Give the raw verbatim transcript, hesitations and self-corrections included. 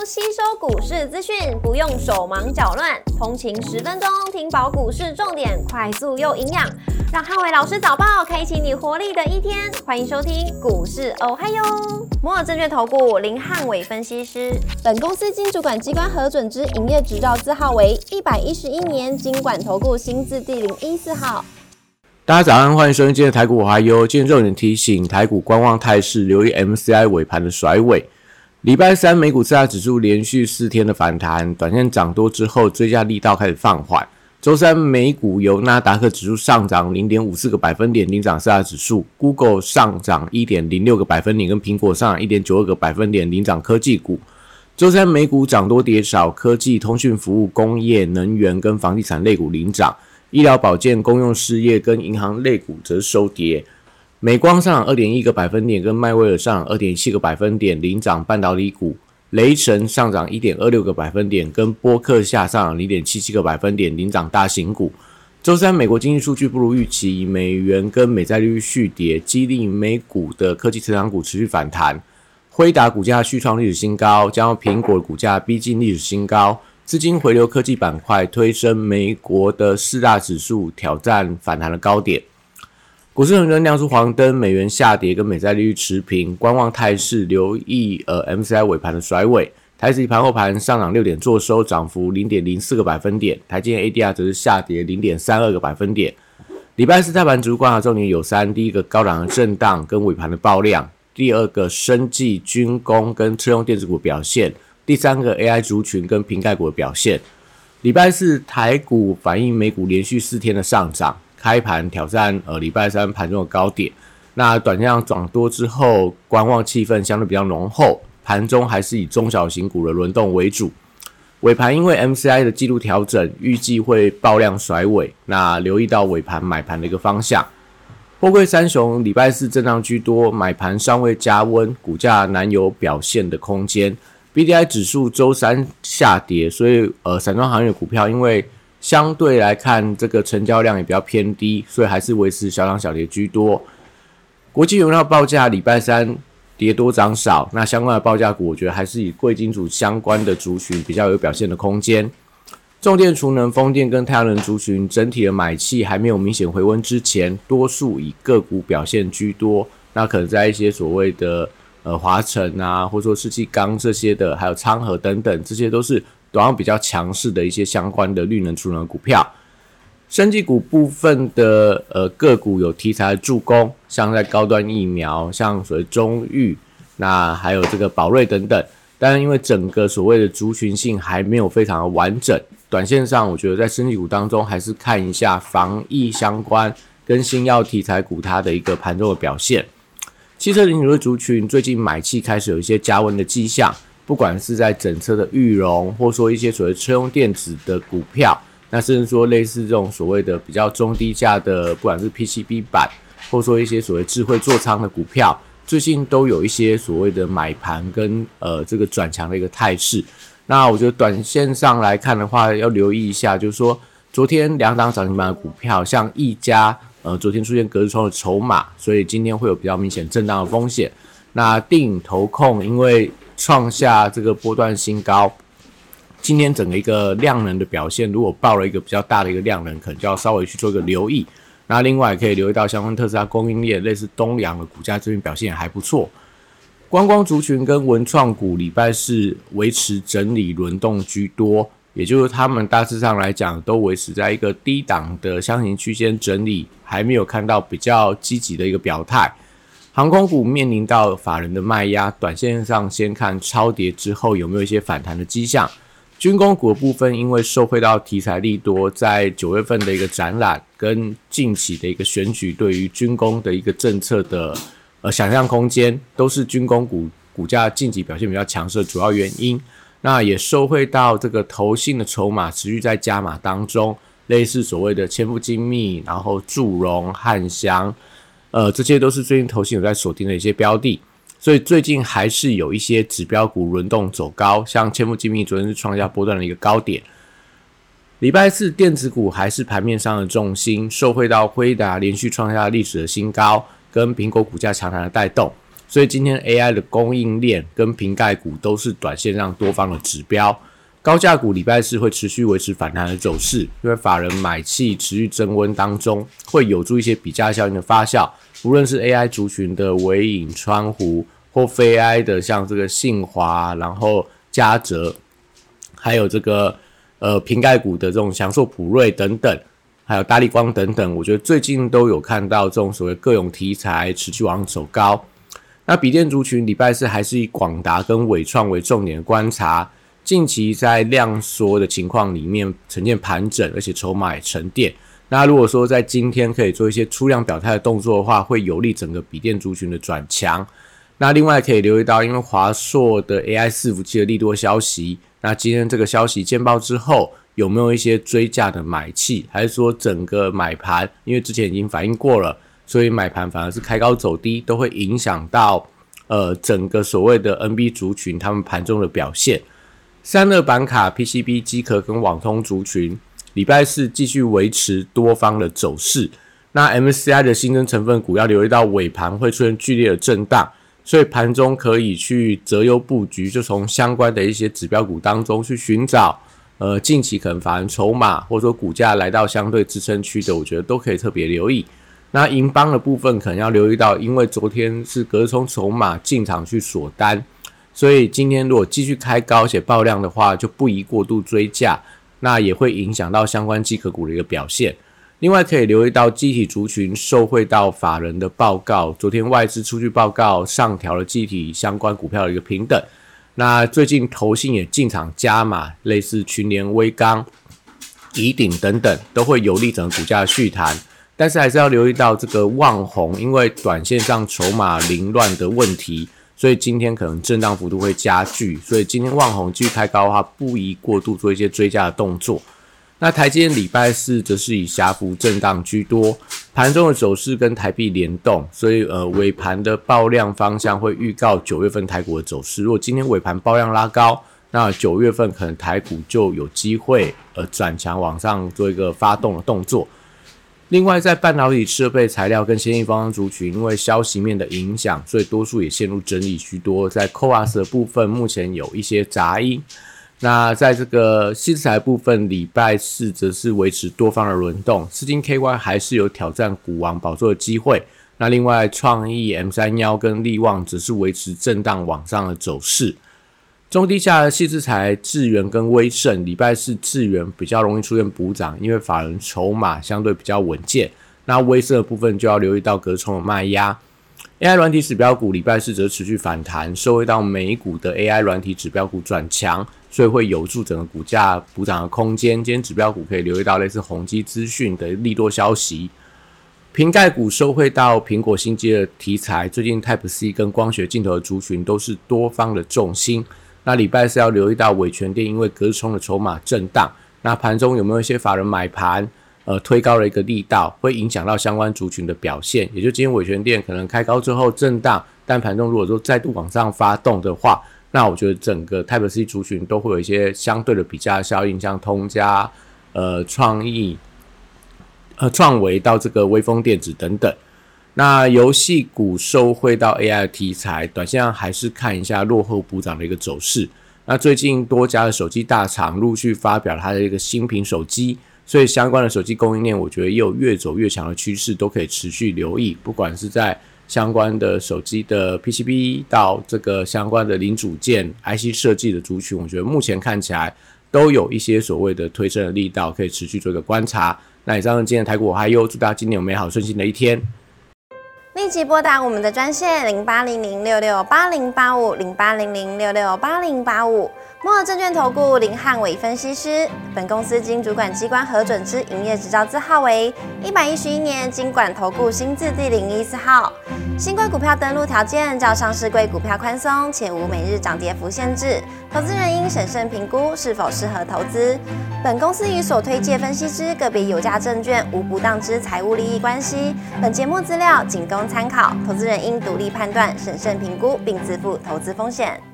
吸收股市资讯，不用手忙脚乱，通勤十分钟听饱股市重点，快速又营养，让汉伟老师早报开启你活力的一天。欢迎收听股市哦嗨哟，摩尔证券投顾林汉伟分析师。本公司经主管机关核准之营业执照字号为一百一十一年金管投顾新字第零一四号。 大家早安，欢迎收听今天的台股我嗨哟。今天重点提醒台股观望态势，留意 M C I 尾盘的甩尾。礼拜三美股四大指数连续四天的反弹，短线涨多之后追加力道开始放缓。周三美股由纳达克指数上涨 零点五四 个百分点领涨四大指数， Google 上涨 一点零六 个百分点，跟苹果上涨 一点九二 个百分点领涨科技股。周三美股涨多跌少，科技、通讯服务、工业、能源跟房地产类股领涨，医疗保健、公用事业跟银行类股则收跌。美光上涨 二点一 个百分点，跟迈威尔上涨 二点七 个百分点领涨半导体股。雷神上涨 一点二六 个百分点，跟波克夏上涨 零点七七 个百分点领涨大型股。周三美国经济数据不如预期，美元跟美债利率续跌，激励美股的科技成长股持续反弹。辉达股价续创历史新高，加上苹果的股价逼近历史新高，资金回流科技板块，推升美国的四大指数挑战反弹的高点。股市很多人亮出黄灯，美元下跌跟美债利率持平，观望态势，留意呃 M C I 尾盘的甩尾。台指盘后盘上涨六点做收，涨幅 零点零四 个百分点，台积电 A D R 则是下跌 零点三二 个百分点。礼拜四大盘指数观察重点有三：第一个高档的震荡跟尾盘的爆量；第二个生技、军工跟车用电子股表现；第三个 A I 族群跟瓶盖股的表现。礼拜四台股反映美股连续四天的上涨。开盘挑战呃礼拜三盘中的高点，那短线上涨多之后，观望气氛相对比较浓厚，盘中还是以中小型股的轮动为主。尾盘因为 M C I 的季度调整，预计会爆量甩尾，那留意到尾盘买盘的一个方向。货柜三雄礼拜四震荡居多，买盘尚未加温，股价难有表现的空间。B D I 指数周三下跌，所以呃散装航运的股票因为相对来看，这个成交量也比较偏低，所以还是维持小涨小跌居多。国际原料报价礼拜三跌多涨少，那相关的报价股，我觉得还是以贵金属相关的族群比较有表现的空间。重电、储能、风电跟太阳能族群整体的买气还没有明显回温之前，多数以个股表现居多。那可能在一些所谓的呃华城啊，或者说世纪钢这些的，还有昌河等等，这些都是短上比较强势的一些相关的绿能储能的股票。生技股部分的呃个股有题材的助攻，像在高端疫苗，像所谓中裕，那还有这个宝瑞等等。但是因为整个所谓的族群性还没有非常的完整，短线上我觉得在生技股当中还是看一下防疫相关跟新药题材股它的一个盘中的表现。汽车零组件族群最近买气开始有一些加温的迹象。不管是在整车的裕隆，或说一些所谓车用电子的股票，那甚至说类似这种所谓的比较中低价的，不管是 P C B 板，或说一些所谓智慧座舱的股票，最近都有一些所谓的买盘跟呃这个转强的一个态势。那我觉得短线上来看的话，要留意一下，就是说昨天两档涨停板的股票，像一家呃昨天出现隔日冲的筹码，所以今天会有比较明显震荡的风险。那定影投控因为创下这个波段新高，今天整个一个量能的表现，如果爆了一个比较大的一个量能，可能就要稍微去做一个留意。那另外也可以留意到相关特斯拉供应链，类似东阳的股价这边表现也还不错。观光族群跟文创股礼拜四维持整理轮动居多，也就是他们大致上来讲都维持在一个低档的箱型区间整理，还没有看到比较积极的一个表态。航空股面临到法人的卖压，短线上先看超跌之后有没有一些反弹的迹象。军工股的部分因为受惠到题材利多，在九月份的一个展览跟近期的一个选举，对于军工的一个政策的呃想象空间，都是军工股股价近期表现比较强势的主要原因。那也受惠到这个投信的筹码持续在加码当中，类似所谓的千富精密，然后祝融、汉翔。呃，这些都是最近投信有在锁定的一些标的，所以最近还是有一些指标股轮动走高，像千富精密昨天是创下波段的一个高点。礼拜四电子股还是盘面上的重心，受惠到辉达连续创下历史的新高，跟苹果股价强弹的带动， 所以今天 A I 的供应链跟瓶盖股都是短线上多方的指标。高价股礼拜四会持续维持反弹的走势，因为法人买气持续增温当中，会有助一些比价效应的发酵。无论是 A I 族群的微影、川湖，或非 A I 的像这个信华，然后嘉泽，还有这个呃瓶盖股的这种祥硕、普瑞等等，还有大立光等等，我觉得最近都有看到这种所谓各种题材持续往上走高。那笔电族群礼拜四还是以广达跟伟创为重点的观察。近期在量缩的情况里面呈现盘整，而且筹码也沉淀。那如果说在今天可以做一些出量表态的动作的话，会有利整个笔电族群的转强。那另外可以留意到，因为华硕的 A I 伺服器的利多消息，那今天这个消息见报之后，有没有一些追价的买气，还是说整个买盘，因为之前已经反映过了，所以买盘反而是开高走低，都会影响到呃整个所谓的 N B 族群他们盘中的表现。散热板卡、P C B、机壳跟网通族群，礼拜四继续维持多方的走势。那 M S C I 的新增成分股要留意到尾盘会出现剧烈的震荡，所以盘中可以去择优布局，就从相关的一些指标股当中去寻找，呃，近期可能法人筹码或者说股价来到相对支撑区的，我觉得都可以特别留意。那银邦的部分可能要留意到，因为昨天是隔空筹码进场去锁单。所以今天如果继续开高且爆量的话，就不宜过度追价，那也会影响到相关机壳股的一个表现。另外可以留意到机体族群受惠到法人的报告，昨天外资出具报告上调了机体相关股票的一个评等。那最近投信也进场加码，类似群联、威刚、宜鼎等等，都会有利整个股价的续弹。但是还是要留意到这个旺宏，因为短线上筹码凌乱的问题，所以今天可能震荡幅度会加剧，所以今天旺宏继续开高的话，不宜过度做一些追加的动作。那台积电礼拜四则是以狭幅震荡居多，盘中的走势跟台币联动，所以呃尾盘的爆量方向会预告九月份台股的走势。如果今天尾盘爆量拉高，那九月份可能台股就有机会呃转强往上做一个发动的动作。另外在半导体设备材料跟先进封装族群，因为消息面的影响，所以多数也陷入整理居多。在 C O A S 的部分目前有一些杂音。那在这个矽材部分，礼拜四则是维持多方的轮动，世晶 K Y 还是有挑战股王宝座的机会。那另外创意 M 三十一 跟力旺则是维持震荡往上的走势。中低价的矽智财、智原跟威盛，礼拜四智原比较容易出现补涨，因为法人筹码相对比较稳健。那威盛的部分就要留意到隔冲的卖压。A I 软体指标股礼拜四则持续反弹，受惠到美股的 A I 软体指标股转强，所以会有助整个股价补涨的空间。今天指标股可以留意到类似宏基资讯的利多消息。瓶盖股受惠到苹果新机的题材，最近 Type C 跟光学镜头的族群都是多方的重心。那礼拜四要留意到伟全电因为隔冲的筹码震荡，那盘中有没有一些法人买盘呃推高了一个力道，会影响到相关族群的表现。也就今天伟全电可能开高之后震荡，但盘中如果说再度往上发动的话，那我觉得整个 Type C 族群都会有一些相对的比价效应，像通家、呃创意、呃创维到这个微风电子等等。那游戏股受惠到 A I 的题材，短线上还是看一下落后补涨的一个走势。那最近多家的手机大厂陆续发表它的一个新品手机，所以相关的手机供应链我觉得也有越走越强的趋势，都可以持续留意。不管是在相关的手机的 P C B 到这个相关的零组件 I C 设计的族群，我觉得目前看起来都有一些所谓的推升的力道，可以持续做一个观察。那以上是今天的台股我嗨哟，祝大家今天有美好顺心的一天。 立即拨打我们的专线零八零零六六八零八五零八零零六六八零八五。摩尔证券投顾林汉伟分析师，本公司经主管机关核准之营业执照字号为一百一十一年金管投顾新字第零一四号。新规股票登录条件较上市柜股票宽松，且无每日涨跌幅限制，投资人应审慎评估是否适合投资。本公司与所推介分析之个别有价证券无不当之财务利益关系。本节目资料仅供参考，投资人应独立判断、审慎评估，并自负投资风险。